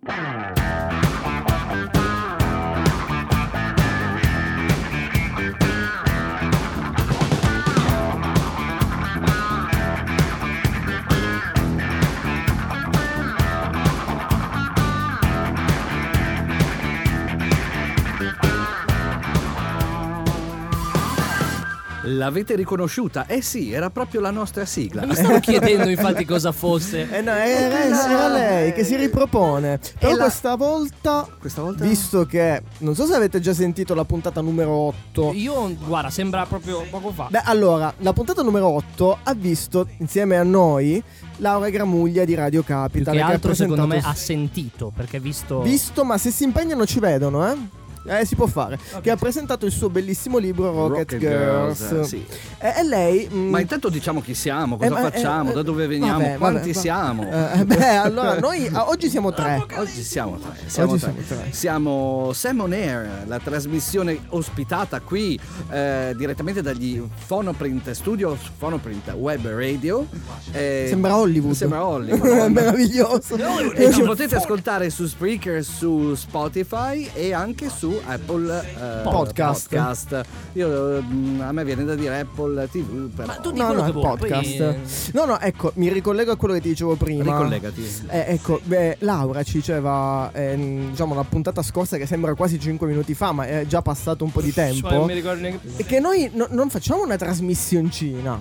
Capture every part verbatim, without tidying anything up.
L'avete riconosciuta? Eh sì, era proprio la nostra sigla. Mi stavo chiedendo infatti cosa fosse. Eh no, era, era lei che si ripropone. Però la... questa volta Questa volta visto che non so se avete già sentito la puntata numero otto. Io, guarda, sembra proprio poco fa. Beh, allora, la puntata numero otto ha visto insieme a noi Laura Gramuglia di Radio Capital. Più che che altro ha secondo me ha sentito, perché visto Visto, ma se si impegnano ci vedono, eh? Eh, si può fare. Okay. Che ha presentato il suo bellissimo libro Rocket, Rocket Girls, Girls, sì. E, e lei mh, Ma intanto diciamo chi siamo, cosa eh, ma, facciamo, eh, da dove veniamo, vabbè, quanti vabbè, siamo. Eh, beh, allora noi ah, oggi siamo tre. Oggi siamo tre. Siamo, oggi tre. siamo tre. Siamo Sam on Air, la trasmissione ospitata qui eh, direttamente dagli Phonoprint Studios, Phonoprint Web Radio. Eh, Sembra Hollywood. Sembra Hollywood. Meraviglioso. E ci potete ascoltare su Spreaker, su Spotify e anche su Apple Uh, podcast. podcast. Io a me viene da dire Apple tivù, però. Ma tu di no, quello no, che il vuoi, podcast. poi... No, no, ecco, mi ricollego a quello che ti dicevo prima. Ricollegati. Eh, ecco, beh, Laura ci diceva, eh, diciamo, la puntata scorsa che sembra quasi cinque minuti fa, ma è già passato un po' di tempo. Cioè, non mi ricordo neanche... E che noi no, non facciamo una trasmissioncina.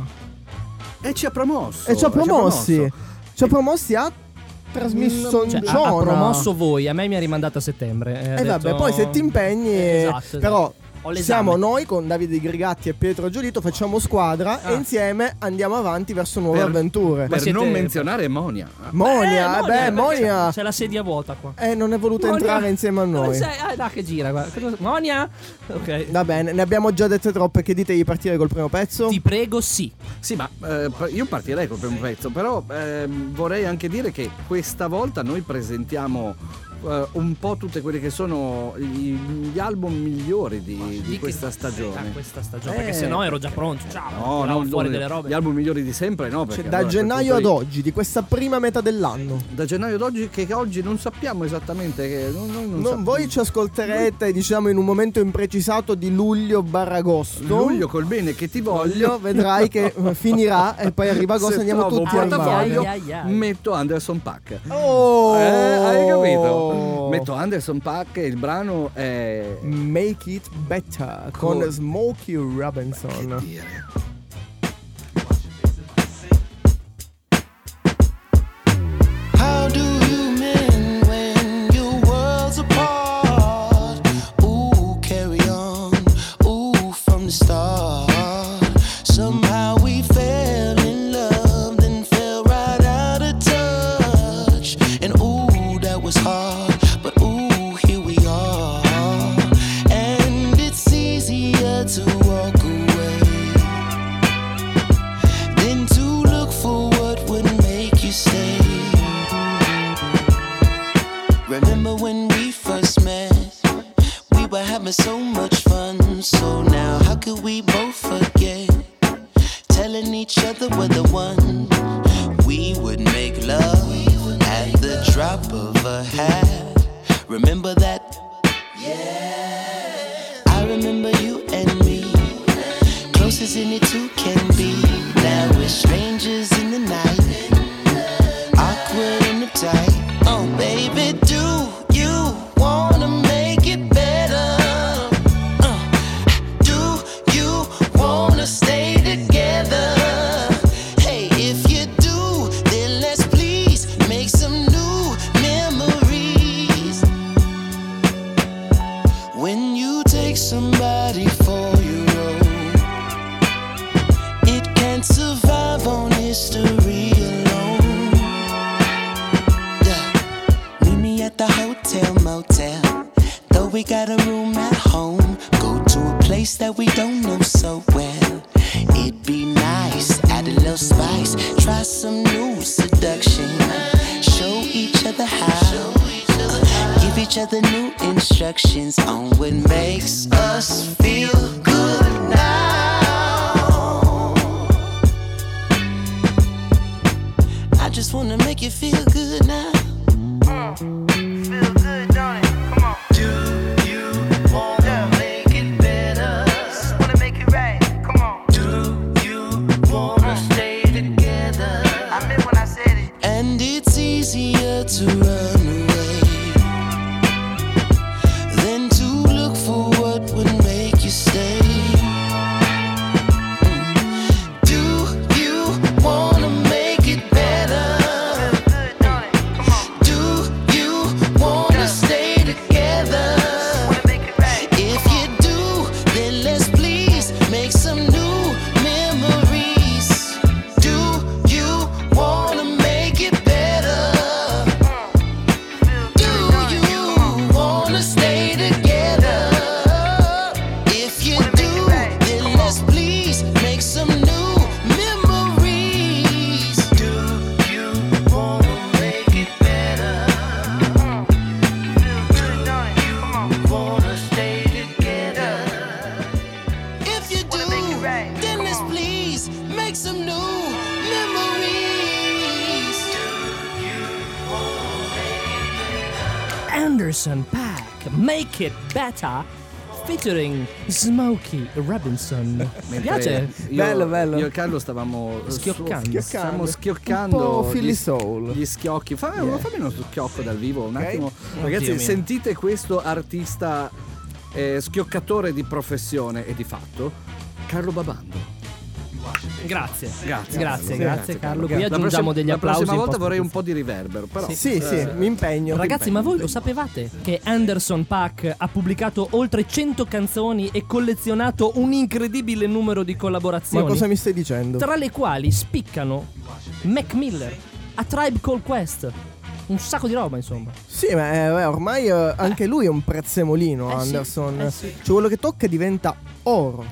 E ci ha promosso. E ci ha promossi. Ci ha promosso. Ci ha promossi a trasmissione. Cioè, ha, ha promosso voi, a me mi ha rimandato a settembre. E eh detto... vabbè, poi se ti impegni, eh, esatto, però esatto. Ho siamo noi con Davide Grigatti e Pietro Giolito, facciamo squadra ah. e insieme andiamo avanti verso nuove Per- avventure. Per siete- non menzionare Monia. Monia, eh, beh, Monia C'è, c'è la sedia vuota qua. eh, non è voluta Monia. entrare insieme a Dove noi. sei? Ah, dai che gira, guarda. Monia? Ok. Va bene, ne abbiamo già dette troppe. Che dite di partire col primo pezzo? Ti prego, sì. Sì, ma eh, io partirei col primo pezzo, però ehm, vorrei anche dire che questa volta noi presentiamo Uh, un po' tutte quelle che sono gli, gli album migliori di, di, Di questa che- stagione. Ah, questa stagione. Eh, Perché se no ero già pronto. Ciao. No, tiravo no, fuori no, delle robe. Gli album migliori di sempre, no? Perché Cioè, da allora, a quel gennaio ad punto oggi, di questa prima metà dell'anno. lì- Da gennaio ad oggi, che oggi non sappiamo esattamente. Che non, noi non Non- sappiamo. voi ci ascolterete, diciamo, in un momento imprecisato di luglio barra agosto. Luglio col bene che ti voglio. Luglio, vedrai che finirà e poi arriva agosto e Se andiamo trovo tutti un al portafoglio, mare. Ai, ai, ai. metto Anderson Paak. Oh! Eh, hai capito? Metto Anderson Paak e il brano è Make It Better con Con- Smokey Robinson. dire. How do you mend when your world's apart? Ooh, carry on. Ooh, from the start. Somehow we fell in love, then fell right out of touch. And ooh, that was hard. But ooh, here we are. And it's easier to walk away than to look for what would make you stay. Remember when we first met? We were having so much fun. So now how could we both forget? Telling each other we're the one. We would make love at the drop of a hat. Remember that? Yeah. I remember you and me, close as any two can be. Now we're strangers in the night, awkward and uptight. Oh baby, do you wanna make it better? Uh, do you wanna stay together? Hey, if you do, then let's please make some new memories. When you take somebody for your own, it can't survive on history alone. Yeah. Meet me at the hotel motel. Though we got a room at home, go to a place that we don't know so well. It'd be nice, add a little spice, try some new seduction, show each other how, give each other new instructions on what makes us feel good now. I just wanna make you feel good now. Feel run away than to look for what would make you stay. Do you wanna make it better? Do you wanna stay together? If you do, then let's please make some new memories. Do you wanna make it better? Do you wanna stay together? If you do, then let's please make some new memories. Do you wanna make it better? Wanna stay together? If you do, then let's please make some new memories. Anderson Paak, Make It Better, featuring Smokey Robinson. Mi piace? Io, Bello, bello. Io e Carlo stavamo Schioccando. su- Stiamo schioccando Un po' Philly gli, Soul. gli schiocchi. Fa, Yeah. Fammi uno schiocco dal vivo un Ok. attimo. Oddio Ragazzi, mio. sentite questo artista eh, schioccatore di professione e di fatto, Carlo Babando. Grazie. Grazie. Grazie, grazie Carlo. Qui La aggiungiamo prossima- degli la applausi. prossima volta in vorrei un post-produzione. po' di riverbero, però. Sì, sì, mi impegno. Ragazzi, ma voi lo sapevate che Anderson Paak ha pubblicato oltre cento canzoni e collezionato un incredibile numero di Ma collaborazioni? cosa mi stai dicendo? Tra le quali spiccano Mac Miller, A Tribe Called Quest, un sacco di roba, insomma. Sì, ma eh, beh, ormai eh, anche lui è un prezzemolino, Eh sì, Anderson. eh sì. Cioè quello che tocca diventa oro.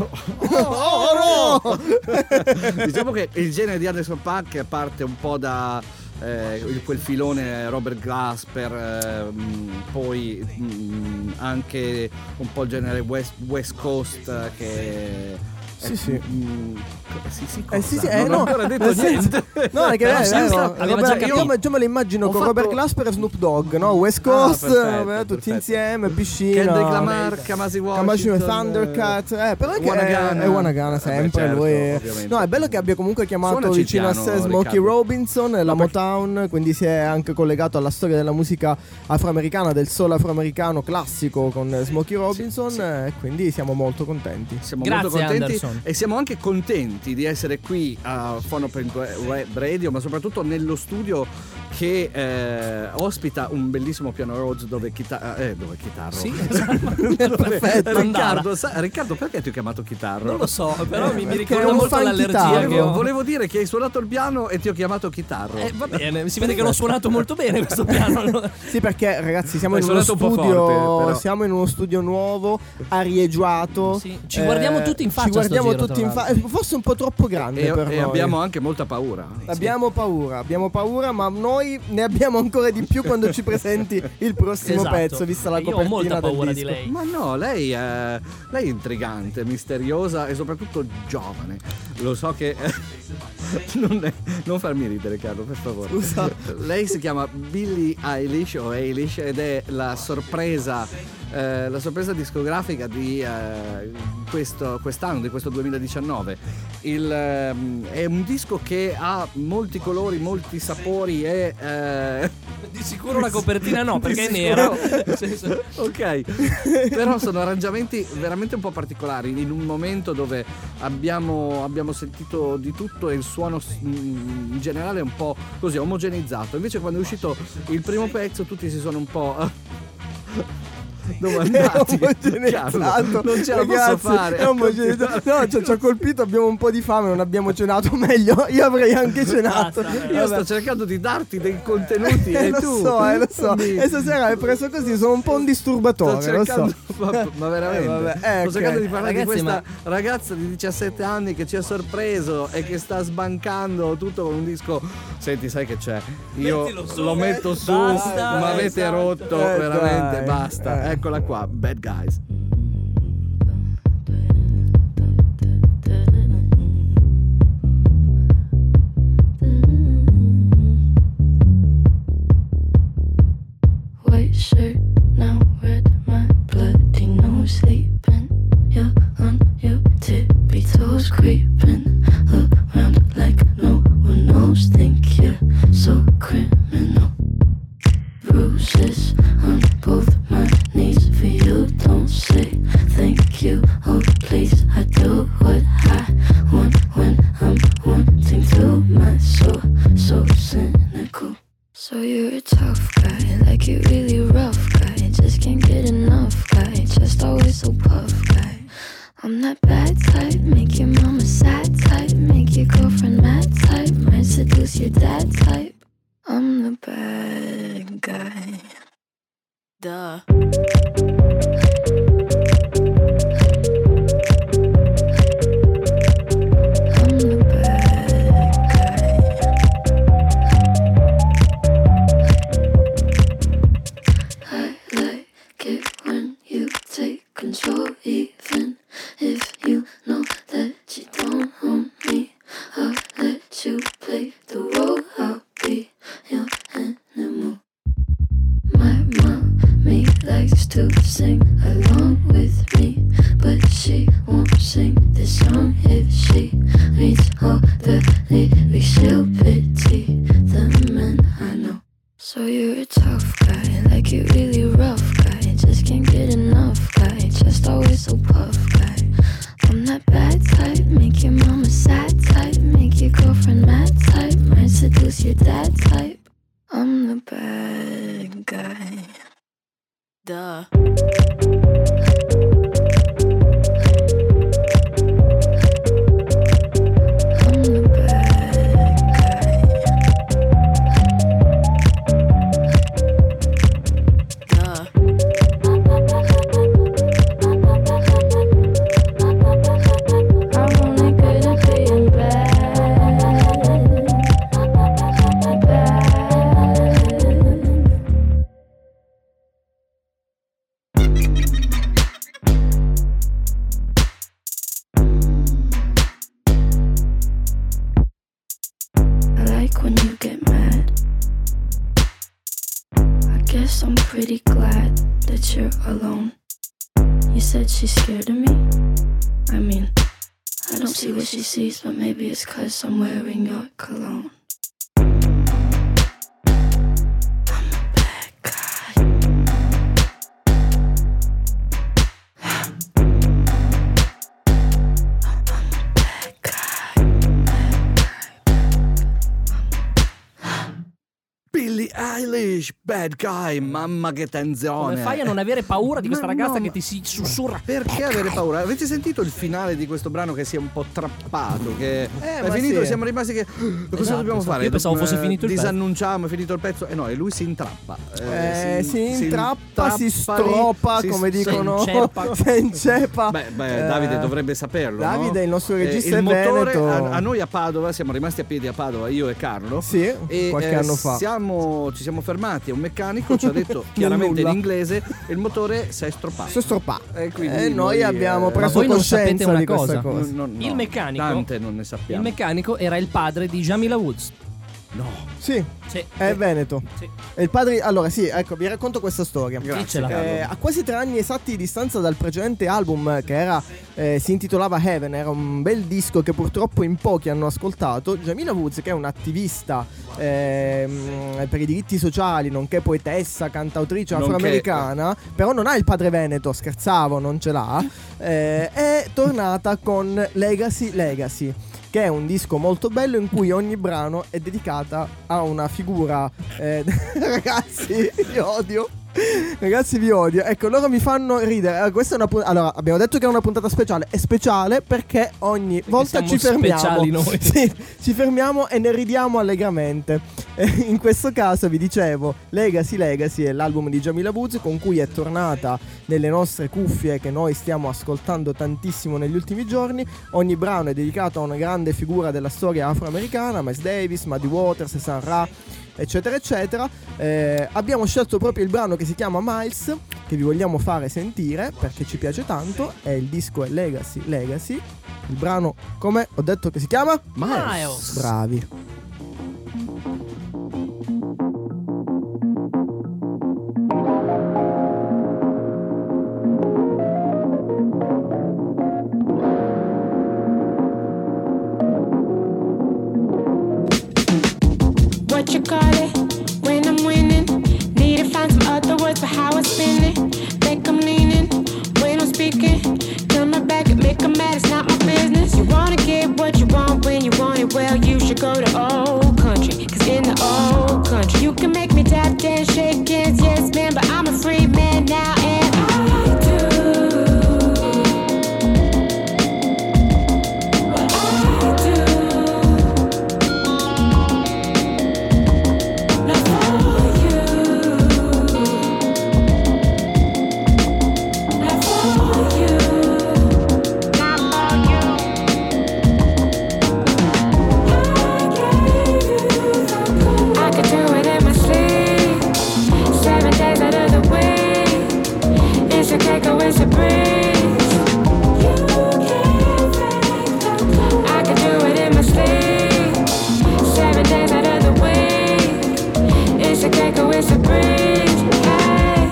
Oh, no! Diciamo che il genere di Anderson Paak parte un po' da eh, il- quel filone Robert Glasper, eh, mh, poi mh, anche un po' il genere West, West Coast, eh, che Sì, sì. mh, sì, sì, Eh sì, sì, cosa? eh, non no, ho ancora detto nel senso- niente. No, è che Però è sempre vero. aveva Robert- già io, capito. me- io me lo immagino Ho con fatto- Robert Glasper e Snoop Dogg, no? West Ah, Coast, perfetto, vabbè, tutti perfetto. insieme, piscina. Kendrick Lamar, Kamasi Kamasi Washington, Thundercat, eh, però anche Wanagana. è Wanagana Vabbè, sempre certo, lui. ovviamente. No, è bello che abbia comunque chiamato Suonaci il vicino a piano, sé Smokey Riccardo. Robinson, la No, perché- Motown, quindi si è anche collegato alla storia della musica afroamericana, del soul afroamericano classico con Smokey Robinson, sì. e quindi siamo molto contenti. Siamo Grazie, molto contenti Anderson. e siamo anche contenti di essere qui a Phonoprint Web Radio, ma soprattutto nello studio che eh, ospita un bellissimo piano Rhodes dove chitarra eh, dove chitarro Sì, Perfetto. Mandala. Riccardo, sa- Riccardo, perché ti ho chiamato chitarro? Non lo so, però mi, mi Perché ricorda è un molto fan l'allergia chitarro. che ho. Volevo dire che hai suonato il piano e ti ho chiamato chitarro. Eh, va bene, si vede che l'ho suonato molto bene questo piano. Sì, perché ragazzi siamo Hai in uno suonato un po' studio, forte, però. siamo in uno studio nuovo, ariegiato. Sì, ci guardiamo tutti in faccia Ci guardiamo sto giro, tutti tra in faccia, forse un po' troppo grande e, per e noi. abbiamo anche molta paura. Abbiamo paura, abbiamo paura, ma noi ne abbiamo ancora di più quando ci presenti il prossimo Esatto. pezzo, vista la Io ho copertina molta del paura disco. di lei. Ma no, lei è, lei è intrigante, misteriosa e soprattutto giovane. Lo so che non, è- non farmi ridere, Carlo, per favore. Scusa. Lei si chiama Billie Eilish o Eilish ed è la sorpresa eh, la sorpresa discografica di eh, questo, quest'anno, di questo duemiladiciannove. Il, ehm, è un disco che ha molti colori, molti sapori e eh, Di sicuro la copertina no, perché è Di nera. sicuro. Nel senso- Ok, però sono arrangiamenti veramente un po' particolari in un momento dove abbiamo, abbiamo sentito di tutto e il suono mm, in generale è un po' così omogeneizzato. Invece quando è uscito il primo pezzo tutti si sono un po' domandati, Omogeneizzato. Carlo, non ce la posso Ragazzi, fare è omogeneizzato. No, ci, ci ha colpito, abbiamo un po' di fame, non abbiamo cenato. Meglio, io avrei anche cenato. Basta, Io sto cercando di darti dei contenuti Eh, e lo tu so, eh, lo so. mi- E stasera hai preso così, sono un po' un Sto disturbatore, lo cercando, so. ma, ma veramente Eh, vabbè, eh, sto ok. cercando di parlare Ragazzi, di questa ma- ragazza di diciassette anni che ci ha sorpreso e che sta sbancando tutto con un disco. Senti, sai che c'è? Io Mettilo su, lo eh. metto su, Basta, ma avete esatto. rotto Eh, veramente, dai, basta. eh. Eccola qua, Bad Guys. White shirt, now red, my bloody nose sleeping. You're on your tippy toes, creeping around like no one knows. Think you're so criminal. roses on both my knees for you. Don't say thank you, oh please. I do what I want when I'm wanting to. My soul so cynical. So you're a tough guy, like you really rough guy. Just can't get enough guy, just always so puff guy. I'm that bad type, make your mama sad type, make your girlfriend mad type, might seduce your dad type. I'm the bad guy. Duh. Control, even if you know that you don't own me. I'll let you play the role. I'll be your animal. My mommy likes to sing along with me, but she won't sing this song if she reads all the lyrics. She'll pity the men I know. So you're a tough guy, like you really rough guy. Just can't get enough guy, just always so puff guy. I'm that bad type, make your mama sad type, make your girlfriend mad type, might seduce your dad type. I'm the bad guy. Duh. When you get mad, I guess I'm pretty glad that you're alone. You said she's scared of me. I mean, I don't see what she sees, but maybe it's 'cause I'm wearing your cologne. Billie Eilish, bad guy, mamma che tensione. Come fai a non avere paura di questa ragazza no, che ti si sussurra? Perché avere paura? Avete sentito il finale di questo brano che si è un po' trappato? Che eh, è finito, sì. Siamo rimasti che cosa esatto, dobbiamo fare? Io pensavo fosse finito il pezzo. Disannunciamo, è finito il pezzo. E eh no, e lui si intrappa. Eh, eh, si, si intrappa, si, si stroppa, si come si dicono. inceppa. Si inceppa. Beh, beh, Davide dovrebbe saperlo. Davide, no? il nostro regista eh, il è motore veneto. a, a noi a Padova, siamo rimasti a piedi a Padova, io e Carlo. Sì, e, qualche eh, anno fa. Siamo, ci siamo fermati a un meccanico, ci ha detto chiaramente in inglese e il motore si è stroppato. Si è stroppato. E quindi eh, noi abbiamo eh, preso Ma voi non coscienza sapete una di cosa? questa cosa. No, no, Il meccanico, tante non ne sappiamo. Il meccanico era il padre di Jamila Woods. No. Sì, Sì. è Sì. veneto. Sì. E il padre. Allora, sì, ecco, vi racconto questa storia. Dicela. Eh, a quasi tre anni esatti di distanza dal precedente album, che era eh, si intitolava Heaven, era un bel disco che purtroppo in pochi hanno ascoltato, Jamila Woods, che è un'attivista eh, per i diritti sociali, nonché poetessa, cantautrice Nonché, afroamericana, però non ha il padre veneto, scherzavo, non ce l'ha, eh, è tornata con Legacy Legacy, che è un disco molto bello in cui ogni brano è dedicata a una figura eh, ragazzi, vi odio. Ragazzi, vi odio. Ecco, loro mi fanno ridere. Allora, questa è una puntata. Allora, abbiamo detto che è una puntata speciale. È speciale perché ogni perché volta ci fermiamo. Speciali noi. Sì, ci fermiamo e ne ridiamo allegramente. E in questo caso vi dicevo, Legacy Legacy è l'album di Jamila Woods, con cui è tornata nelle nostre cuffie, che noi stiamo ascoltando tantissimo negli ultimi giorni. Ogni brano è dedicato a una grande figura della storia afroamericana: Miles Davis, Muddy Waters, Sun Ra, eccetera eccetera. Eh, abbiamo scelto proprio il brano che si chiama Miles, che vi vogliamo fare sentire perché ci piace tanto. E il disco è Legacy Legacy. Il brano, come ho detto, che si chiama Miles. Bravi. What you call it? When I'm winning, need to find some days out of the way. It's a cake or it's a breeze. You can't fake the cold. I could do it in my sleep. Seven days out of the way. It's a cake or it's a breeze. Hey.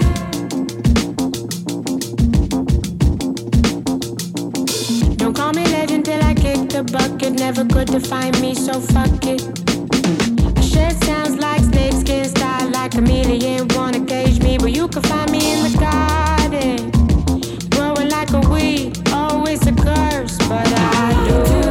Don't call me legend till I kick the bucket. Never could define me, so fuck it. My shirt sounds like snakeskin style, like a chameleon. Wanna cage me, but you can find me in the garden, growing like a weed. Always a curse, but I do.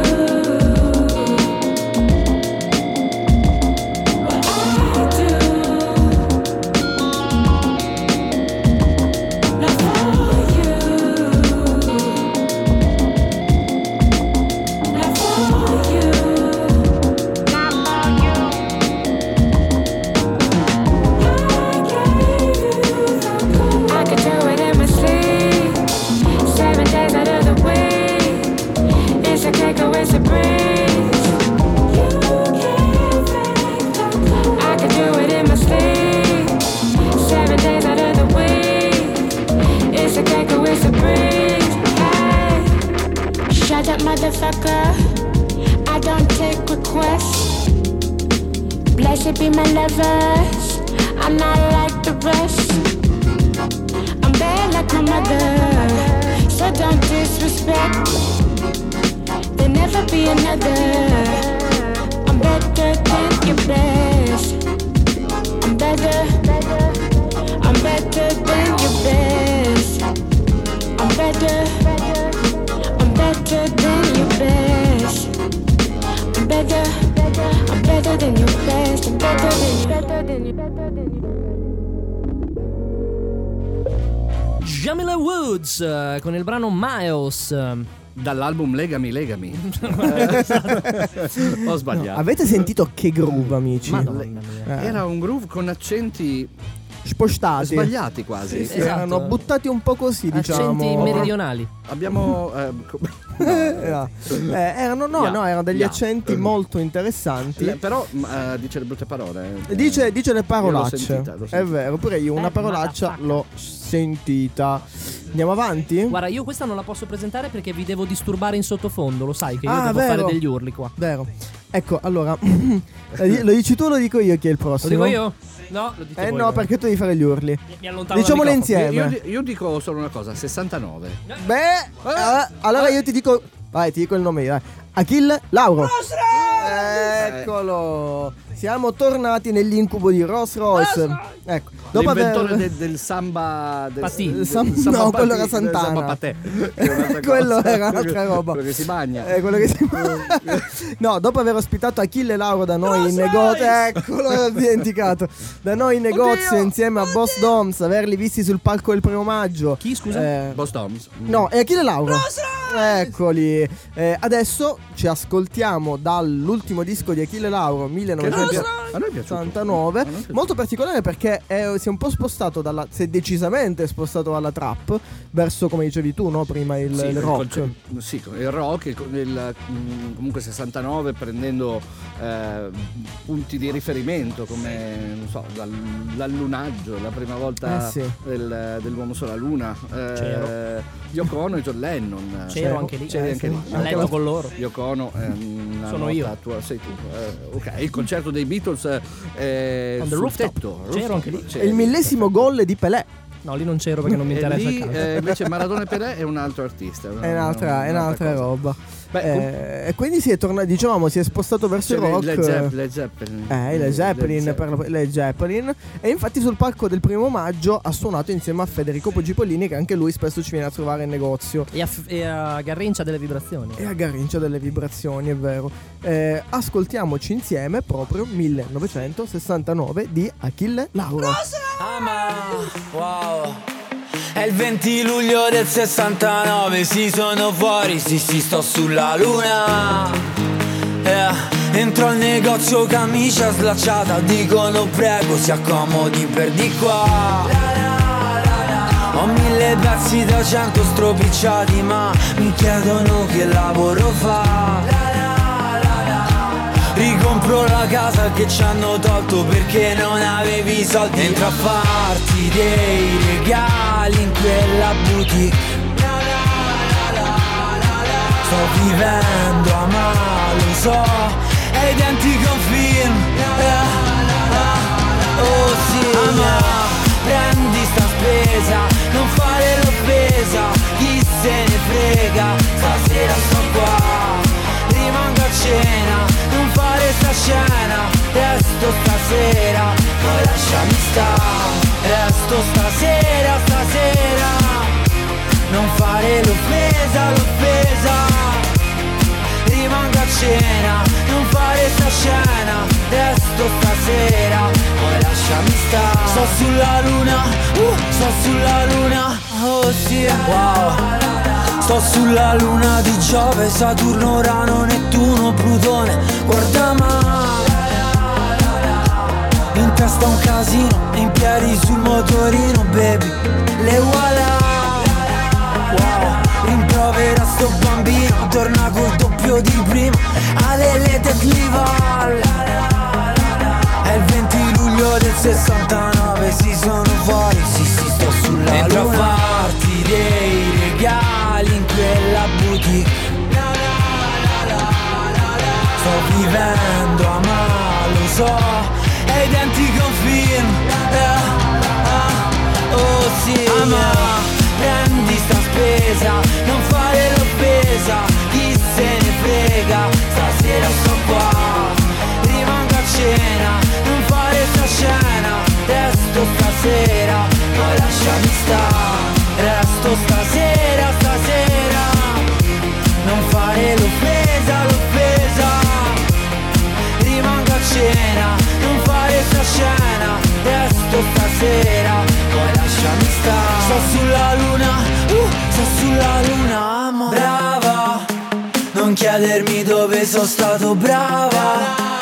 Motherfucker, I don't take requests. Blessed be my lovers, I'm not like the rest. I'm bad like my mother, so don't disrespect. There'll never be another. I'm better than your best. I'm better, I'm better than your best. I'm better, better than your best. I'm better, I'm better than your best. I'm better than you, better than you, better than you. Jamila Woods uh, con il brano Miles. Dall'album Legami, Legami. Ho sbagliato. Avete sentito che groove, amici? Madonna mia. Era un groove con accenti spostati, sbagliati quasi. Sì, sì, Esatto. erano buttati un po' così, diciamo. Accenti meridionali. Abbiamo eh, co- no, eh, eh, erano no, Yeah. no, erano degli Yeah. accenti molto interessanti. le- però eh, dice le brutte parole. eh. Dice, dice le parolacce. Io l'ho sentita, l'ho È sentita. vero, pure io una Eh, parolaccia motherfucker. l'ho sentita. Andiamo avanti? Guarda, io questa non la posso presentare perché vi devo disturbare in sottofondo. Lo sai che io Ah, devo vero. fare degli urli qua. Vero. Ecco, allora lo dici tu o lo dico io chi è il Lo prossimo? dico io? No, lo dite Eh voi. no, perché tu devi fare gli urli. Mi, mi allontano Diciamole dal microfono. insieme. Io, io- io dico solo una cosa, sessantanove. Beh, eh, allora io ti dico. Vai, ti dico il nome io. Dai. Achille Lauro. Eccolo. Siamo tornati nell'incubo di Rolls Royce. Ecco. Dopo L'inventore aver... del, del samba del, Patì. del Sam- samba no, patì, quello era del Sant'Ana. samba patè. Che è un'altra Quello cosa. era un'altra roba. Quello che si bagna. Eh, quello che si... No, dopo aver ospitato Achille Lauro da noi in negozio, eccolo, ho dimenticato. Da noi in negozio insieme a Boss Doms, averli visti sul palco del primo maggio. Chi, scusa? Eh, Boss Doms. No, è Achille Lauro. Eccoli. Eh, adesso ci ascoltiamo dall'ultimo disco di Achille Lauro, Che a noi è pi- a noi è piaciuto. millenovecentosessantanove. A noi è piaciuto. Molto particolare perché è- si è un po' spostato dalla. Si è decisamente spostato dalla trap verso, come dicevi tu, no? Prima il, Sì, il il rock. conce- sì, il rock, il, il- mm, comunque sessantanove prendendo eh, punti di riferimento come, non so, dal, dall'lunaggio, la prima volta Eh sì. del, dell'uomo sulla luna, eh, C'ero. Yoko Ono e John Lennon. C'ero anche lì. C'eri Eh, anche sì. lì. A letto con loro. Yoko Ono è una Sono nota io. tua, sei tu. Eh, ok, il concerto dei Beatles eh, On the sul rooftop. tetto. C'ero rooftop, anche lì. È il millesimo gol di Pelé. No, lì non c'ero perché non mi E interessa lì il calcio. eh, invece Maradona e Pelé è un altro artista. È un'altra, è un'altra cosa. roba. Beh, Eh, e quindi si è tornato, diciamo, si è spostato verso il C'era rock. Led Zepp- Led Zeppelin. Eh, le Zeppelin, Led per la- le Zeppelin. E infatti sul palco del primo maggio ha suonato insieme a Federico Poggipolini, che anche lui spesso ci viene a trovare in negozio. E a, f- e a Garrincia delle vibrazioni. E a Garrincia delle vibrazioni, è vero. Eh, ascoltiamoci insieme proprio millenovecentosessantanove di Achille Lauro. Wow. È il venti luglio del sessantanove, sì sono fuori, sì sì sto sulla luna. Yeah. Entro al negozio, camicia slacciata, dicono prego si accomodi per di qua. Ho mille pezzi da cento stropicciati, ma mi chiedono che lavoro fa. ricompro la casa che ci hanno tolto perché non avevi soldi. Entro a farti dei regali in quella boutique. Sto vivendo a male, lo so, e i denti con film. Oh sì, ma prendi sta spesa, non fare l'offesa, chi se ne frega, stasera sto qua, rimango a cena, non fare sta scena, resto stasera, poi lasciami stare, resto stasera, stasera, non fare l'offesa, l'offesa, rimango a cena, non fare sta scena, resto stasera, poi lasciami stare. Sto sulla luna, uh, sto sulla luna, oh sì, wow. Sto sulla luna di Giove, Saturno, Urano, Nettuno, Plutone, guarda male. In testa un casino, in piedi sul motorino, baby, le voilà. Wow, rimprovera sto bambino, torna col doppio di prima, alle Tecnival. È il venti luglio del sessantanove, si sono fuori, sì sì sto sulla Entro luna. Entro a farti dei regali in quella boutique. Sto vivendo a male, lo so, e i denti con film. Oh sì, ma prendi sta spesa, non fare l'offesa, chi se ne frega, stasera sto qua, rimango a cena, non fare sta scena, resto stasera, poi lasciami stare, resto stasera, stasera, non fare l'offesa, l'offesa, rimango a cena, non fare sta scena, resto stasera, poi lasciami stare. Sto sulla luna, uh, sto sulla luna, ma brava, non chiedermi dove sono stato, brava,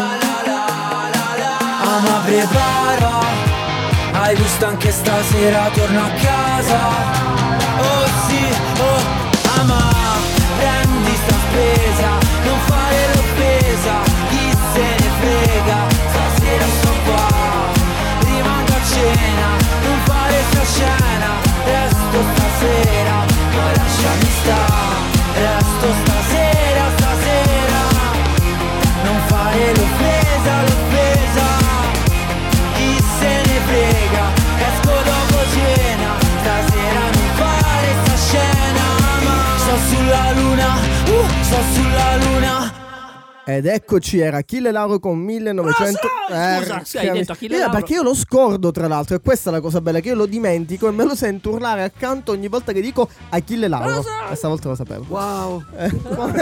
ah, ma prepara, hai visto anche stasera torno a casa, oh sì, oh, ah, ma prendi sta spesa, non fare l'offesa, chi se ne frega, stasera sto qua, rimango a cena, non fare sta scena, resto stasera, poi lasciami stare, resto stasera, stasera, non fare l'offesa, l'offesa, chi se ne frega, esco dopo cena, stasera non fare sta scena, ma sto sulla luna, uh, sto sulla luna. Ed eccoci, era Achille Lauro con millenovecento. Ah, so, scusa, sì, hai detto Achille Lauro. Perché io lo scordo, tra l'altro, e questa è la cosa bella, che io lo dimentico e me lo sento urlare accanto ogni volta che dico Achille Lauro. E stavolta lo sapevo. Wow. Eh,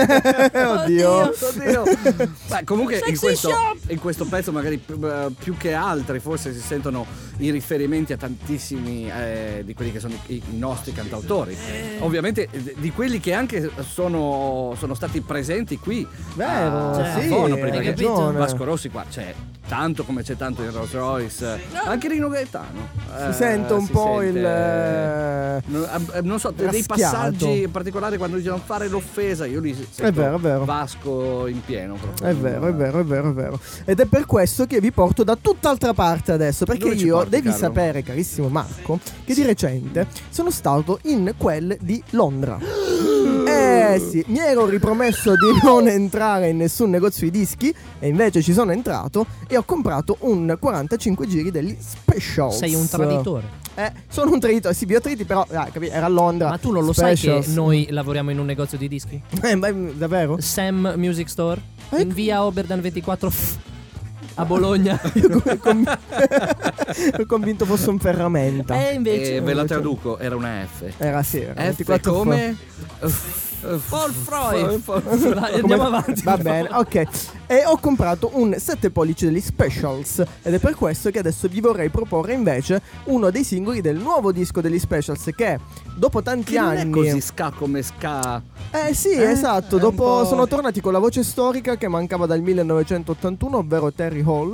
oddio. Oddio. Beh, comunque in Sexy questo, shop. in questo pezzo magari più, eh, più che altri forse si sentono i riferimenti a tantissimi eh, di quelli che sono i, i nostri cantautori. Ovviamente eh, di quelli che anche sono, sono stati presenti qui. Vero, a sì, Fono, hai perché ragione. Vasco Rossi qua c'è tanto come c'è tanto in Rolls Royce, anche Rino Gaetano. Si eh, sente un si po' sente- il eh, non, eh, non so, dei raschiato. passaggi in particolare quando dicono fare l'offesa, io li sento È vero, è vero. Vasco in pieno proprio. È vero, è vero, è vero, è vero. Ed è per questo che vi porto da tutt'altra parte adesso. Perché Dove ci io, porti, devi Carlo? sapere, carissimo Marco, che di recente sono stato in quel di Londra. Eh sì, mi ero ripromesso di non entrare in nessun negozio di dischi e invece ci sono entrato e ho comprato un quarantacinque giri degli Specials. Sei un traditore. Eh, sono un traditore, sì, biotriti, però ah, capi, era a Londra. Ma tu non lo Specials. sai che noi lavoriamo in un negozio di dischi? Eh, ma davvero? Sam Music Store Eh, in via Oberdan ventiquattro a Bologna. Io ero conv- ero convinto fosse un ferramenta. E invece E ve la traduco, era una F. Era sì, era F ventiquattro come Paul Freud. Come- Andiamo avanti. Va bene, ok. E ho comprato un sette pollici degli Specials. Ed è per questo che adesso vi vorrei proporre invece uno dei singoli del nuovo disco degli Specials, che dopo tanti Che non anni è così ska come ska. Eh sì, Eh, esatto. è un Dopo po'- sono tornati con la voce storica che mancava dal millenovecentottantuno, ovvero Terry Hall.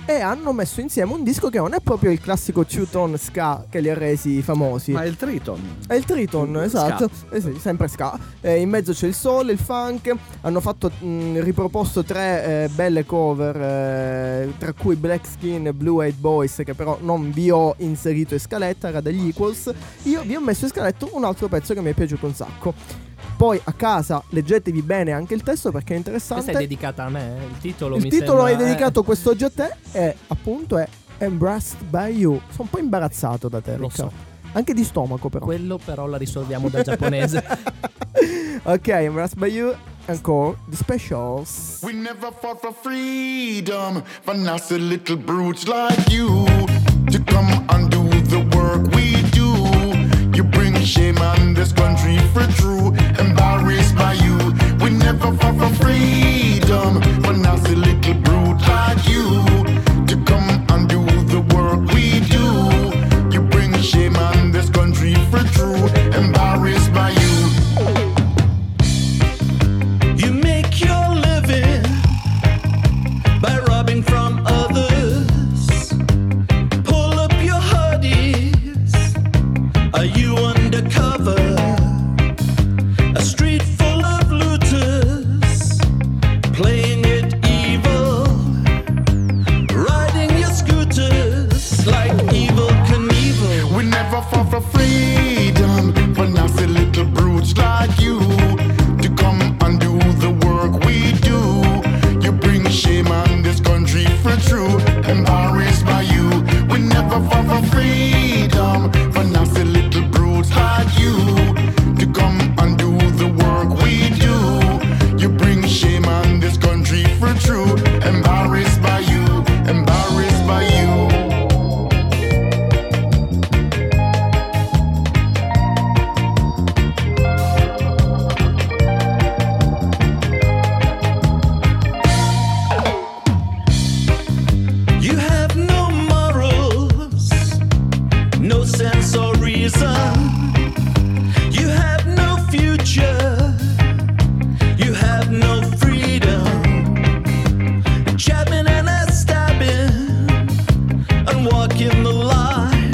e hanno messo insieme un disco che non è proprio il classico two-tone ska che li ha resi famosi. Ma è il Triton. È il Triton, Ska. esatto. Eh sì, sempre ska. Eh, in mezzo c'è il soul, il funk. Hanno fatto mh, riproposto tre eh, belle cover, eh, tra cui Black Skin e Blue Eyed Boys, che però non vi ho inserito in scaletta, era degli Equals. Io vi ho messo in scaletta un altro pezzo che mi è piaciuto un sacco. Poi a casa leggetevi bene anche il testo perché è interessante. Questa è dedicata a me, il titolo Il mi titolo sembra, è dedicato eh. quest'oggi a te e appunto è Embraced by You. Sono un po' imbarazzato da te, Lo Riccardo. so. Anche di stomaco però. Quello però la risolviamo da giapponese. Ok, Embraced by You, ancora The Specials. We never fought for freedom, for nasty little brutes like you to come and do the work we do. You bring shame on this country for true, embarrassed by you. We never fought for freedom, for nasty little brute like you to come and do the work we do. You bring shame on this country for true, embarrassed by you. You make your living by robbing from others. Pull up your hoodies. Are you undercover? A street full of looters playing it evil, riding your scooters like Evel Knievel. We never fought for freedom, for nasty little brutes like you to come and do the work we do. You bring shame on this country for true, embarrassed by you. We never fought for freedom, for nasty little brutes like you to come and do the work we do. You bring shame on this country for true, embarrassed by you, embarrassed by you. You have no morals, no sense or reason. You have no future. You have no freedom. Jabbing and a stabbing and walking the line.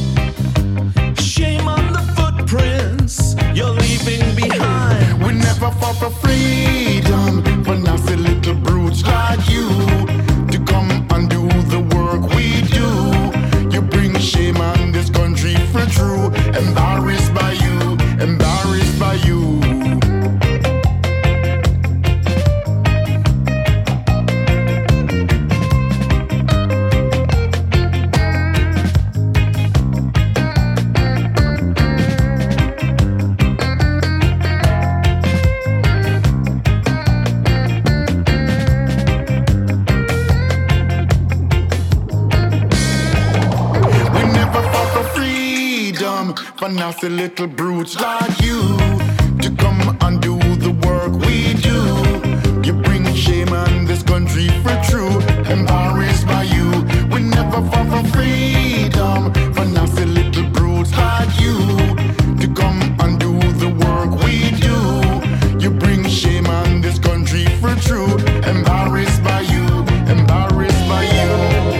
Shame on the footprints you're leaving behind. We never fought for freedom, for nasty little brutes like you to come and do the work we do. You bring shame on this country for true, embarrassed by you, embarrassed by you. We never fought for freedom, for nasty little brutes like you to come and do the work we do. You bring shame on this country for true, embarrassed by you. We never fought for freedom, for nasty little brutes like you to come and do the work we do. You bring shame on this country for true, embarrassed by you, embarrassed by you.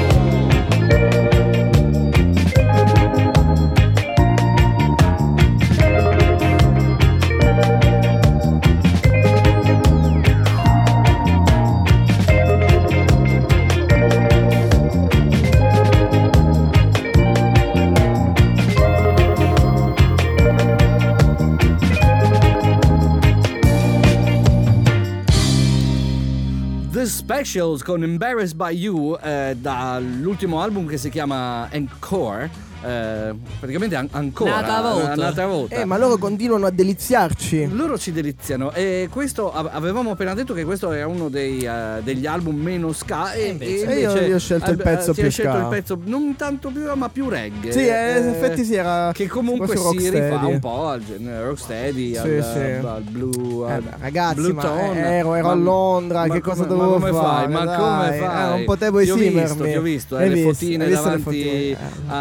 The Specials con Embarrassed by You, eh, dall'ultimo album che si chiama Encore. Eh, praticamente an- ancora Un'altra volta. un'altra volta. Eh, ma loro continuano a deliziarci. Loro ci deliziano e questo av- avevamo appena detto che questo era uno dei, eh, degli album meno ska e, E invece- e E io- io ho scelto il eh, pezzo si più è scelto ska. il pezzo non tanto più ma più reggae. Sì, eh, in effetti sì, era che comunque quasi si rifà rocksteady. un po' al genere rocksteady, Sì, al, sì. al blu Eh, al beh, ragazzi, Blue ma Tone. ero, ero Ma- a Londra, ma che come- cosa ma dovevo come fare? fai? Ma Dai, come eh, fai? non potevo Ti ho esimermi. visto, ti ho visto, eh, Hai le visto? fotine Hai visto le davanti fotine? Eh. a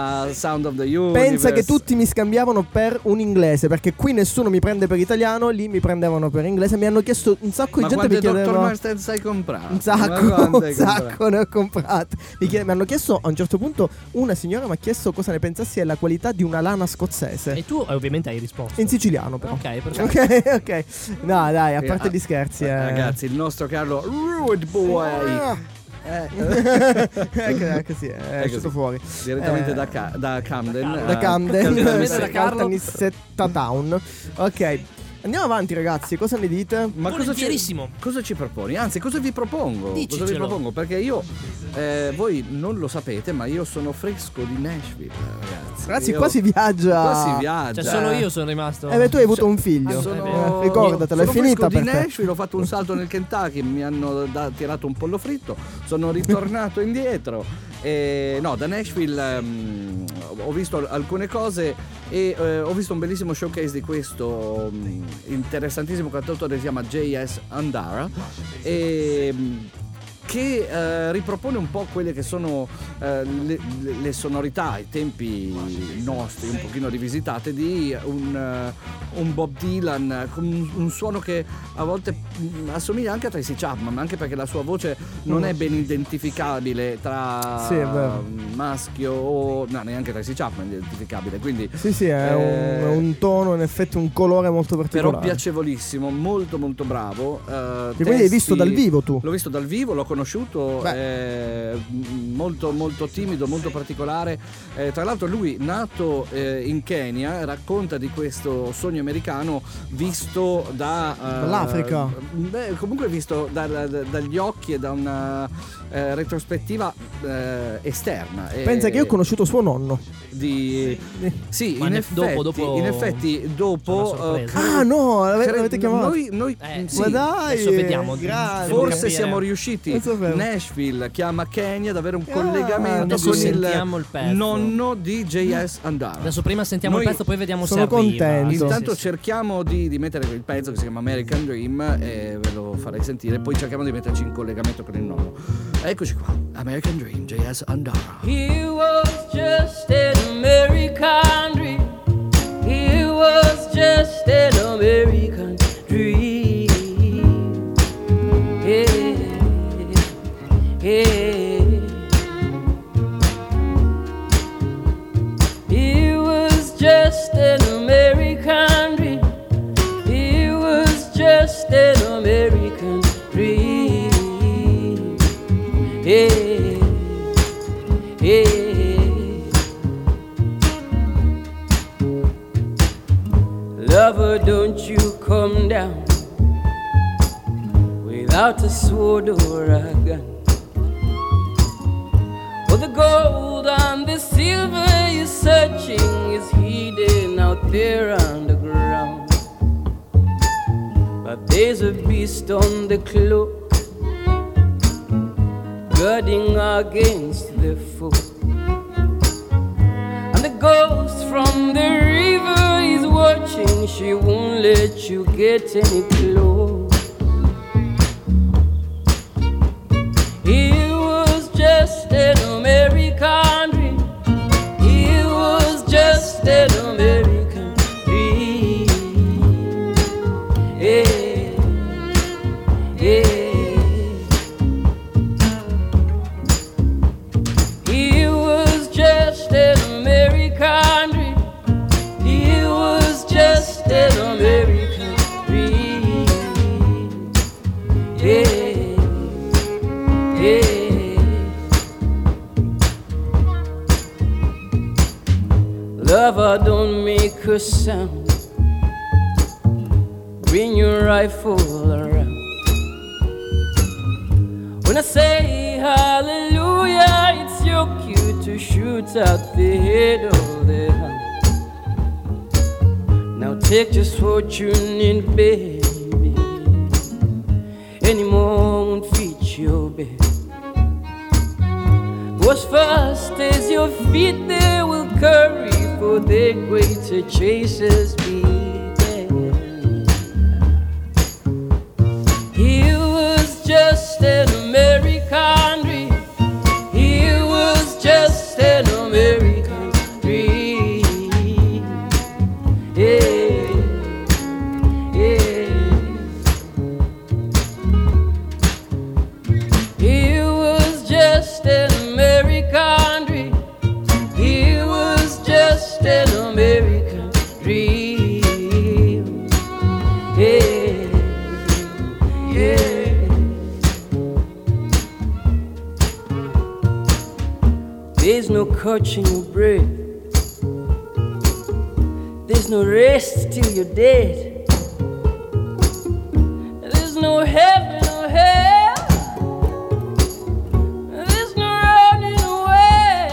Sound of the Universe. Pensa che tutti mi scambiavano per un inglese, perché qui nessuno mi prende per italiano, lì mi prendevano per inglese. Mi hanno chiesto un sacco di Ma gente, mi quante chiedeva Doctor Martens hai comprato? un sacco, Ma quante un hai sacco comprato? ne ho comprate. Mi, chied- mi hanno chiesto a un certo punto, una signora mi ha chiesto cosa ne pensassi della qualità di una lana scozzese. E tu ovviamente hai risposto. In siciliano però. Ok, perfetto. Ok, ok. No, dai, a parte Eh, gli scherzi. eh. Ragazzi, il nostro Carlo Rude Boy. Ah. Eh, ecco, ecco sì, è uscito così. fuori. Direttamente Eh, da, Ca- da Camden. da eh, Camden, Direttamente da da Carlo. Caltanissetta Town. Ok, andiamo avanti ragazzi, cosa ne dite? Ma cosa ci, Volentierissimo. cosa ci proponi? Anzi, cosa vi propongo? Cosa vi Dicicelo. propongo? Perché io, eh, voi non lo sapete, ma io sono fresco di Nashville, ragazzi. Ragazzi, Io- qua si viaggia. Qua si viaggia. Cioè, solo io sono rimasto. Eh beh, tu hai avuto un figlio. Sono, Eh, ricordatelo, è sono finita fresco per di te. Nashville, ho fatto un salto nel Kentucky, mi hanno da- tirato un pollo fritto, sono ritornato indietro. E, no, da Nashville ehm, ho visto alcune cose e eh, ho visto un bellissimo showcase di questo mm, interessantissimo cantautore che si chiama J S Andara e mm, che eh, ripropone un po' quelle che sono eh, le, le- le sonorità, i tempi nostri, un pochino rivisitate di un, eh, un Bob Dylan, con un, un suono che a volte mh, assomiglia anche a Tracy Chapman, ma anche perché la sua voce non è ben identificabile tra Sì, è vero. maschio o no, neanche Tracy Chapman è identificabile, quindi Sì, sì, è, Eh, un, è un tono, in effetti un colore molto però particolare. piacevolissimo, molto molto bravo. eh, E quindi hai visto testi- dal vivo tu? L'ho visto dal vivo, l'ho conosciuto, è molto molto timido, molto particolare. Eh, tra l'altro lui, nato eh, in Kenya, racconta di questo sogno americano visto da eh, Dall'Africa. beh, comunque visto da- da- dagli occhi e da una eh, retrospettiva eh, esterna. E- Pensa che io ho conosciuto suo nonno. di sì, Ma in ne- effetti, dopo- dopo- in effetti dopo Una sorpresa. eh, credo- Ah no, l'ave- credo- l'avete chiamato? noi, noi Eh, sì, Ma dai, adesso vediamo. grande. Devo forse capire. siamo riusciti. Non sapevo. Nashville chiama Kenya ad avere un Ah, collegamento adesso con sentiamo il il pezzo. nonno di J S Andara. Adesso prima sentiamo Noi il pezzo, poi vediamo sono se arriva. contento. Sì, Intanto sì, sì. cerchiamo di, di mettere il pezzo che si chiama American Dream e ve lo farei sentire, poi cerchiamo di metterci in collegamento con il nonno. Eccoci qua, American Dream, J S Andara. He was just an American dream. He was just an American dream. Yeah, yeah. He was just an American dream. He was just an American dream. Yeah, yeah. Lover, don't you come down without a sword or a gun. For the gold and the silver you're searching is hidden out there underground. But there's a beast on the cloak, guarding against the foe. And the ghost from the river is watching, she won't let you get any close. He was just an American dream. He was just an American dream. Yeah, yeah. He was just an American dream. He was just an American dream. Yeah, yeah. Lover, don't make a sound. Bring your rifle around. When I say hallelujah, it's your cue to shoot at the head of the hound. Now take just what you need, baby. Any more won't fit your bed. Go as fast as your feet they will carry, for the greater chasers be there. He was just an American dream. He was just an American dream. catching your breath. There's no rest till you're dead. There's no heaven or hell. There's no running away.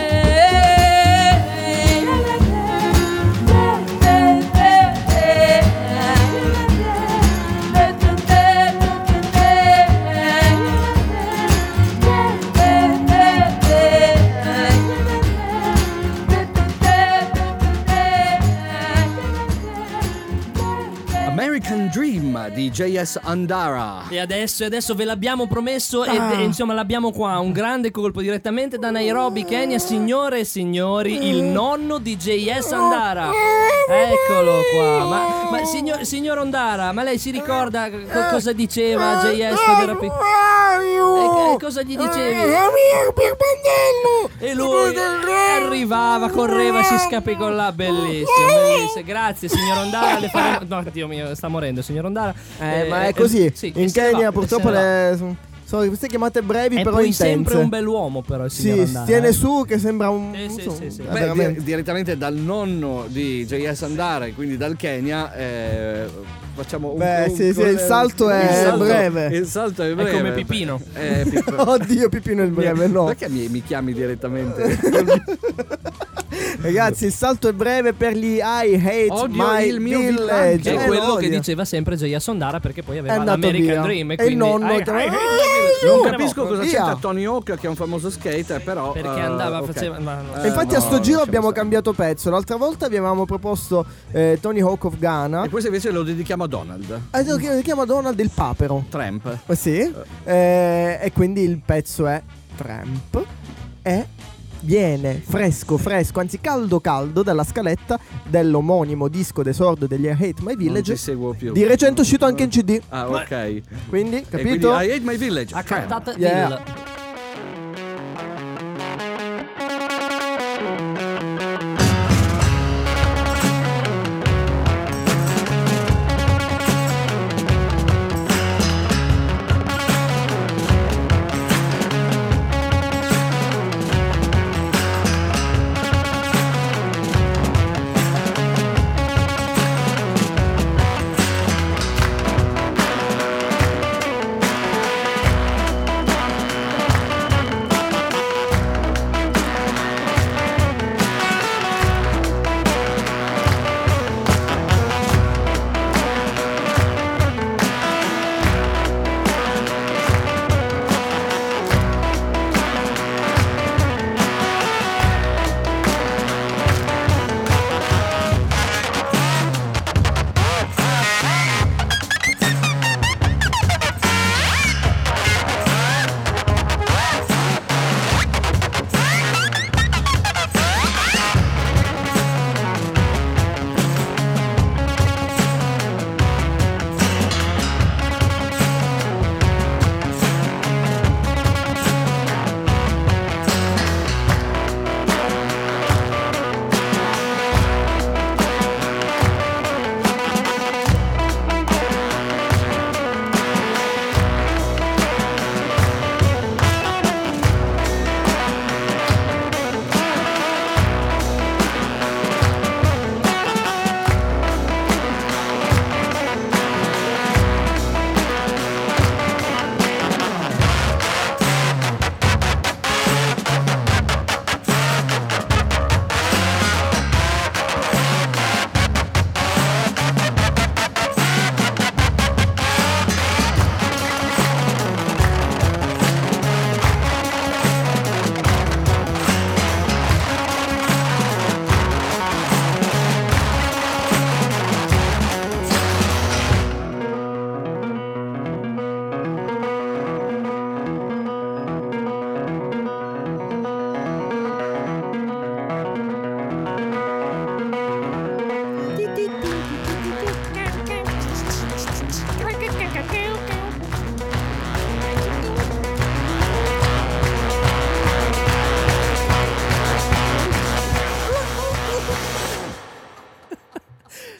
American Dream di J S Andara. E adesso, e adesso ve l'abbiamo promesso e Ah. e, insomma l'abbiamo qua, un grande colpo direttamente da Nairobi, Kenya. Signore e signori, il nonno di J S Andara. Eccolo qua. Ma, ma signor, signor Andara, ma lei si ricorda co- cosa diceva J S quando era piccolo? E, e cosa gli dicevi? E lui arrivava, correva, si scapicollava. Bellissimo, bellissimo. Grazie signor Andara. Le faremo... No, Dio mio, sta morendo signor Andara. Eh, ma è così. sì, In e se ne Kenya va, purtroppo e se ne va. le sono sono queste chiamate brevi È però poi intense. sempre un bell'uomo però il signor Sì, Andara. tiene eh. su che sembra un Sì, sì, insomma, sì, sì. eh, Beh, veramente. di- direttamente dal nonno di J S Andara e quindi dal Kenya, eh, facciamo un Beh, un- sì, sì, un- il salto è il salto- breve. Il salto è breve. come Pipino. Eh, Pip- Oddio, Pipino il breve, no. Perché mi, mi chiami direttamente? Ragazzi, il salto è breve per gli I Hate Odio My il mio Village. villaggio. Che è Eh, quello lo che odio. diceva sempre J S Andara, perché poi È aveva andato l'American via. Dream e E quindi il nonno ai- chiama- ai- ai- Non ai- capisco cosa via. c'entra Tony Hawk, che è un famoso skater, però. Perché eh, andava, ok. faceva ma no. Eh, E infatti no, a sto giro lasciamo abbiamo stare. cambiato pezzo. L'altra volta vi avevamo proposto eh, Tony Hawk of Ghana. E questo invece lo dedichiamo a Donald Eh, lo chiama- lo chiama Donald il papero. Trump. Eh, Sì. Eh, e quindi il pezzo è Tramp. E viene fresco fresco, anzi caldo caldo dalla scaletta dell'omonimo disco d'esordio degli I Hate My Non Village. ti seguo più. Di recente uscito anche in C D. Ah, ok. Quindi, E capito? quindi I Hate My Village. a Tramp. cantata Yeah. Bill. I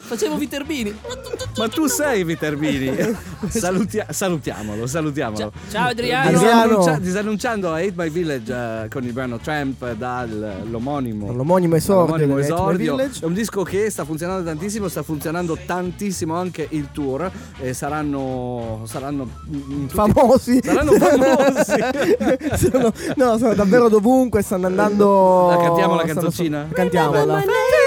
Facevo Viterbini. Ma tu sei Viterbini. Salutia- salutiamolo, salutiamolo. Ciao Adriano. Disannuncia- disannunciando Hate My Village uh, con il brano Tramp dall'omonimo L'omonimo esordio, l'omonimo del Hate My esordio. Village. È un disco che sta funzionando tantissimo, sta funzionando tantissimo anche il tour e saranno saranno tutti, famosi. Saranno famosi. sono, no, sono davvero dovunque, stanno andando. La cantiamo la stanno canzoncina? so- Cantiamola.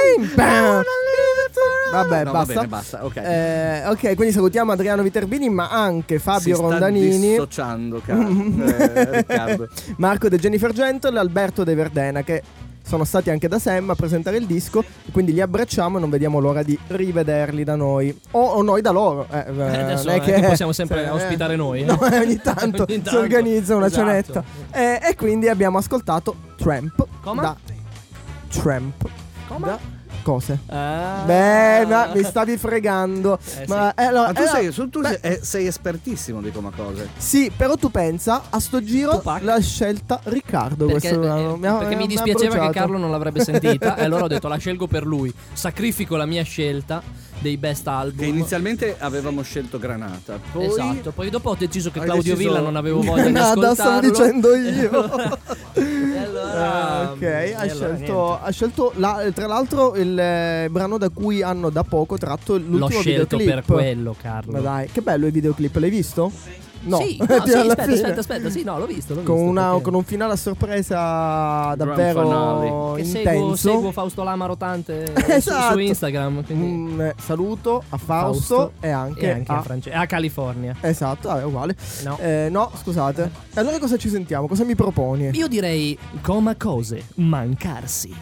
Vabbè, No, va basta. bene, basta, ok. Eh, ok, quindi salutiamo Adriano Viterbini, ma anche Fabio si sta Rondanini, dissociando, caro, eh, Riccardo. Marco De Jennifer Gentle e Alberto De Verdena, che sono stati anche da Sam a presentare il disco, quindi li abbracciamo e non vediamo l'ora di rivederli da noi o, o noi da loro. Eh, Eh, adesso non è eh, che che possiamo sempre se- ospitare noi. eh. No, eh, ogni tanto Ogni si tanto. organizza una Esatto. cenetta. Eh, e quindi abbiamo ascoltato Tramp. Come? Da Tramp. Come? Da cose. Ah. Beh, ma mi stavi fregando. Eh, ma, eh, allora, Ma tu, eh, sei, su- tu beh, sei, eh, sei espertissimo di come cose. sì, però tu pensa, a sto giro Tupac. l'ha scelta Riccardo. Perché, questo, eh, mi ha- perché mi ha dispiaceva che bruciato. Carlo non l'avrebbe sentita e allora ho detto la scelgo per lui. Sacrifico la mia scelta dei best album. Che inizialmente avevamo scelto Granata. Poi Esatto, poi dopo ho deciso che Hai Claudio deciso- Villa non avevo voglia di Nada, stavo ascoltarlo. dicendo io. E allora, Ah, ok, e ha allora scelto, niente. ha scelto la- tra l'altro il eh, brano da cui hanno da poco tratto l'ultimo L'ho scelto videoclip. per quello, Carlo. Ma dai, che bello il videoclip, l'hai visto? No, Sì, no, Alla sì, aspetta, fine. aspetta, aspetta, sì, no, l'ho visto, l'ho Con, visto, una- perché- con un finale a sorpresa davvero finale. che seguo, intenso. seguo Fausto Lama Rotante su- Esatto. su, Instagram, quindi Un eh, saluto a Fausto, Fausto e anche, e anche a, a France- a California. Esatto, ah, è uguale. No. Eh, no, scusate. E allora cosa ci sentiamo? Cosa mi proponi? Io direi coma cose, mancarsi.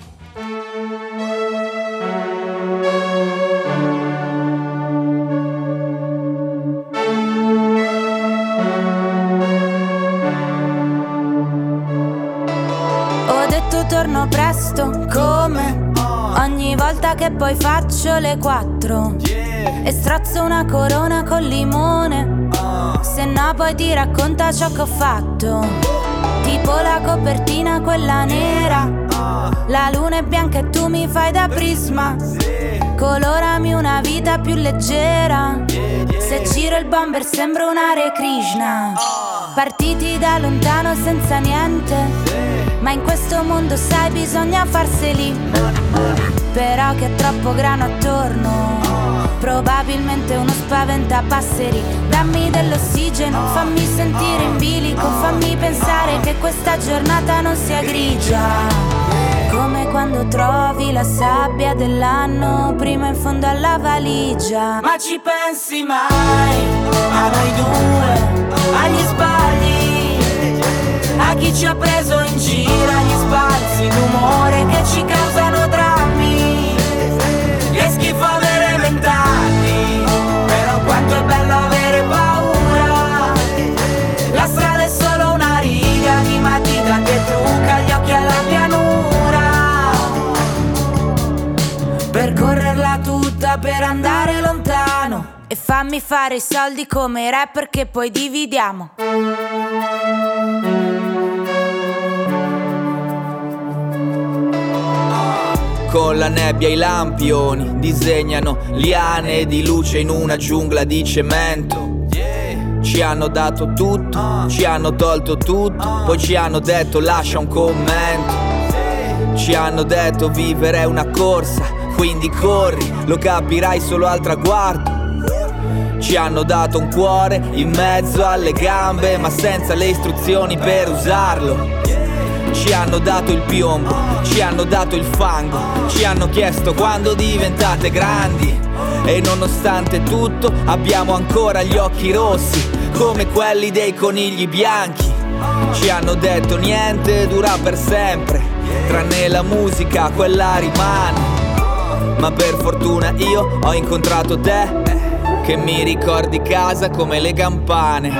Ho detto torno presto, come ogni volta che poi faccio le quattro e strozzo una corona col limone. Se no poi ti racconta ciò che ho fatto, tipo la copertina quella nera. La luna è bianca e tu mi fai da prisma. Colorami una vita più leggera. Se giro il bomber sembro un Hare Krishna. Partiti da lontano senza niente, ma in questo mondo sai bisogna farseli. Però che è troppo grano attorno, probabilmente uno spaventapasseri. Dammi dell'ossigeno, fammi sentire in bilico, fammi pensare che questa giornata non sia grigia. Come quando trovi la sabbia dell'anno prima in fondo alla valigia. Ma ci pensi mai a noi due, agli sbagli, a chi ci ha preso in giro, agli sbalzi d'umore che ci causano drammi e schifo avere vent'anni. Però quanto è bello avere paura. La strada è solo una riga di matita che trucca gli occhi alla pianura. Percorrerla tutta per andare lontano e fammi fare i soldi come i rapper che poi dividiamo. Con la nebbia i lampioni disegnano liane di luce in una giungla di cemento. Ci hanno dato tutto, ci hanno tolto tutto, poi ci hanno detto lascia un commento. Ci hanno detto vivere è una corsa, quindi corri, lo capirai solo al traguardo. Ci hanno dato un cuore in mezzo alle gambe, ma senza le istruzioni per usarlo. Ci hanno dato il piombo, ci hanno dato il fango, ci hanno chiesto quando diventate grandi. E nonostante tutto abbiamo ancora gli occhi rossi, come quelli dei conigli bianchi. Ci hanno detto niente dura per sempre, tranne la musica, quella rimane. Ma per fortuna io ho incontrato te, che mi ricordi casa come le campane.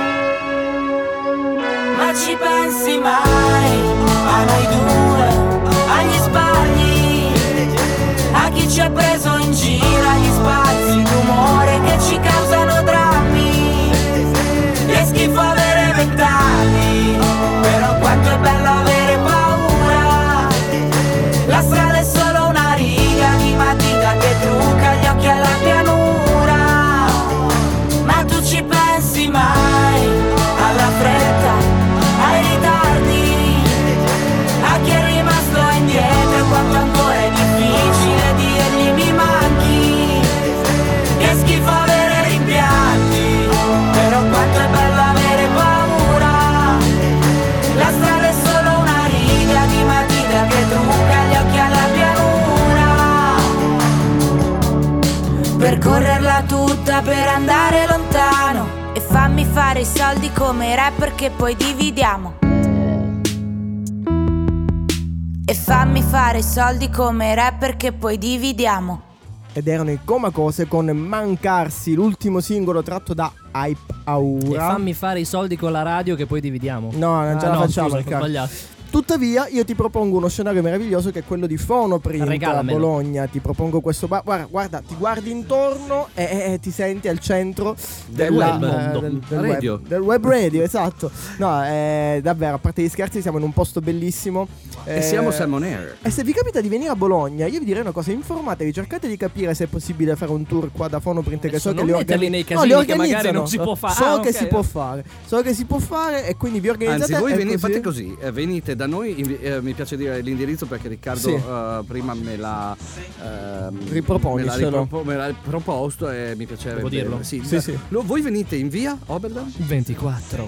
Ma ci pensi mai a noi due, agli sbagli, a chi ci ha preso in giro, agli spazi d'umore che ci causano drammi e schifo avere vent'anni. Però quanto è bello avere paura. La strada è solo una riga di matita che trucca gli occhi alla pianura. percorrerla tutta per andare lontano. E fammi fare i soldi come i rapper che poi dividiamo. E fammi fare i soldi come i rapper che poi dividiamo. Ed erano i Comacose con Mancarsi, l'ultimo singolo tratto da Hype Aura. E fammi fare i soldi con la radio che poi dividiamo. No, non ce ah, la no, facciamo. Scusa, ho caro. sbagliato. Tuttavia io ti propongo uno scenario meraviglioso che è quello di Fonoprint a Regalamelo. Bologna. Ti propongo questo bar. Guarda, guarda, ti guardi intorno e, e, e ti senti al centro Del della, web, eh, del, del radio. web, del web radio, esatto. No, eh, davvero, a parte gli scherzi, siamo in un posto bellissimo. E eh, siamo Salmon Air. E se vi capita di venire a Bologna, io vi direi una cosa: informatevi, cercate di capire se è possibile fare un tour qua da Fonoprint. Che Adesso so che non li metterli organi- nei no, casini li che magari organizzano. non si può fare. So Ah, che ok. si può fare. So che si può fare e quindi vi organizzate. Anzi, voi e veni- così- fate così, eh, venite da noi, invi- eh, mi piace dire l'indirizzo perché Riccardo Sì. eh, prima me l'ha ehm, Riproponicelo. me l'ha, ripropo- me l'ha proposto e mi piacerebbe. Devo dirlo? Sì, Sì, sì. Lo- voi venite in via Oberdan? ventiquattro.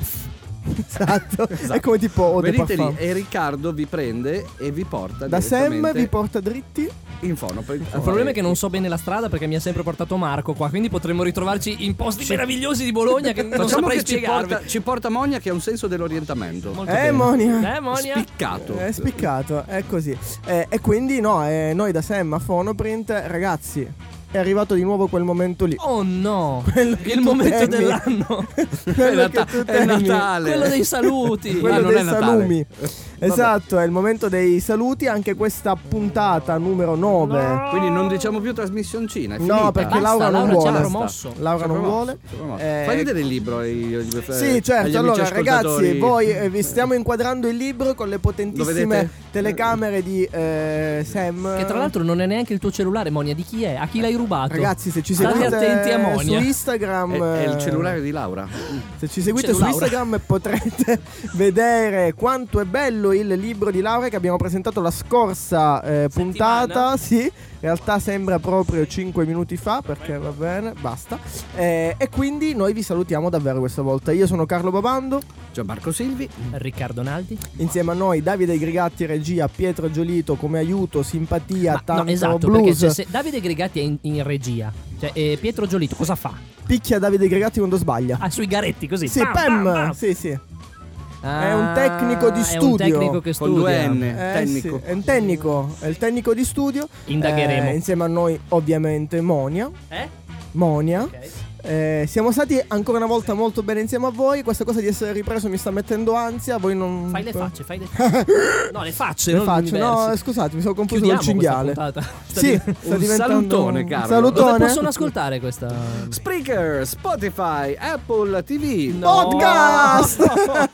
Esatto. È come tipo Eau de Venite lì Parfum. e Riccardo vi prende e vi porta Da Sam direttamente vi porta dritti. in Fonoprint. Il problema è che non so bene la strada perché mi ha sempre portato Marco qua, quindi potremmo ritrovarci in posti meravigliosi di Bologna che non Facciamo saprei che ci spiegarvi. porta, ci porta Monia che ha un senso dell'orientamento. Molto Eh, bene. Monia. Eh, Monia. Spiccato. È spiccato, è così. Eh, e quindi no, eh, noi da Sam a Fonoprint, ragazzi, è arrivato di nuovo quel momento lì. Oh no, Quello che il tu momento temi. dell'anno. Quello È che Nata- tu è temi. Natale. Quello dei saluti. Quello Ah, non dei è Natale. salumi. Esatto, è il momento dei saluti, anche questa puntata numero nove. Quindi non diciamo più trasmissioncina. È No, finita. perché Basta, Laura non Laura ci ha vuole. promosso. Laura Ci ha non promosso, vuole. ci ha promosso. Eh, Fai vedere il libro ai, ai- Sì, agli certo. amici Allora, ascoltatori. ragazzi, voi eh, vi stiamo inquadrando il libro con le Lo potentissime vedete? telecamere di eh, Sam. Che tra l'altro non è neanche il tuo cellulare, Monia. Di chi è? A chi l'hai rubato? Ragazzi, se ci State seguite attenti a su Monia. Instagram, È, è il eh, cellulare di Laura. se ci seguite su Cellulaura. Instagram potrete vedere quanto è bello il libro di Laura che abbiamo presentato la scorsa eh, puntata. Sì, in realtà sembra proprio cinque minuti fa, perché va bene, basta. Eh, e quindi noi vi salutiamo davvero questa volta. Io sono Carlo Babando, Gianmarco Silvi. Riccardo Naldi. insieme a noi Davide Grigatti regia, Pietro Giolito come aiuto, simpatia, Ma, tanto no, esatto, blues. perché cioè, se Davide Gregatti è in, in regia. Cioè, e Pietro Giolito cosa fa? Picchia Davide Grigatti quando sbaglia. Ah, sui garetti così. Sì, Pam, Pam, pam, pam. sì, sì. Ah, È un tecnico di È un studio. tecnico che Con studia. due N. Eh, Tecnico. sì, è un tecnico, è il tecnico di studio. Indagheremo. Eh, insieme a noi ovviamente Monia. Eh? Monia. Ok. Eh, siamo stati ancora una volta molto bene insieme a voi. Questa cosa di essere ripreso mi sta mettendo ansia. Voi non. Fai le facce, fai le No, le facce, Le non facce. No, diversi. scusate, mi sono confuso Chiudiamo col cinghiale. questa puntata. Sta Sì, di- sta un diventando salutone, un Carlo. salutone. Dove possono ascoltare questa? Spreaker, Spotify, Apple T V. No. Podcast.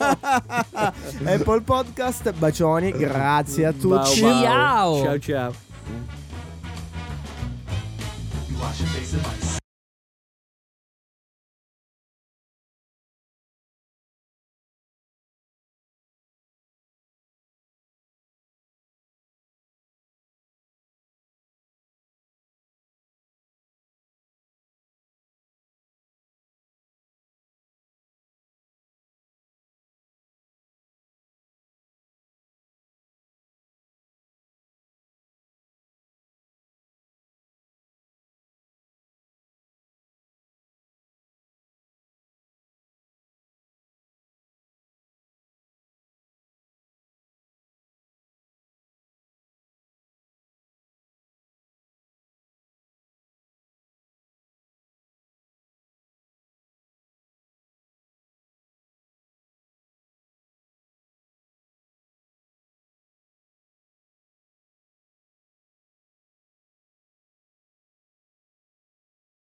Apple Podcast. Bacioni, grazie a tutti. Ciao, Ciao. ciao. Ciao ciao.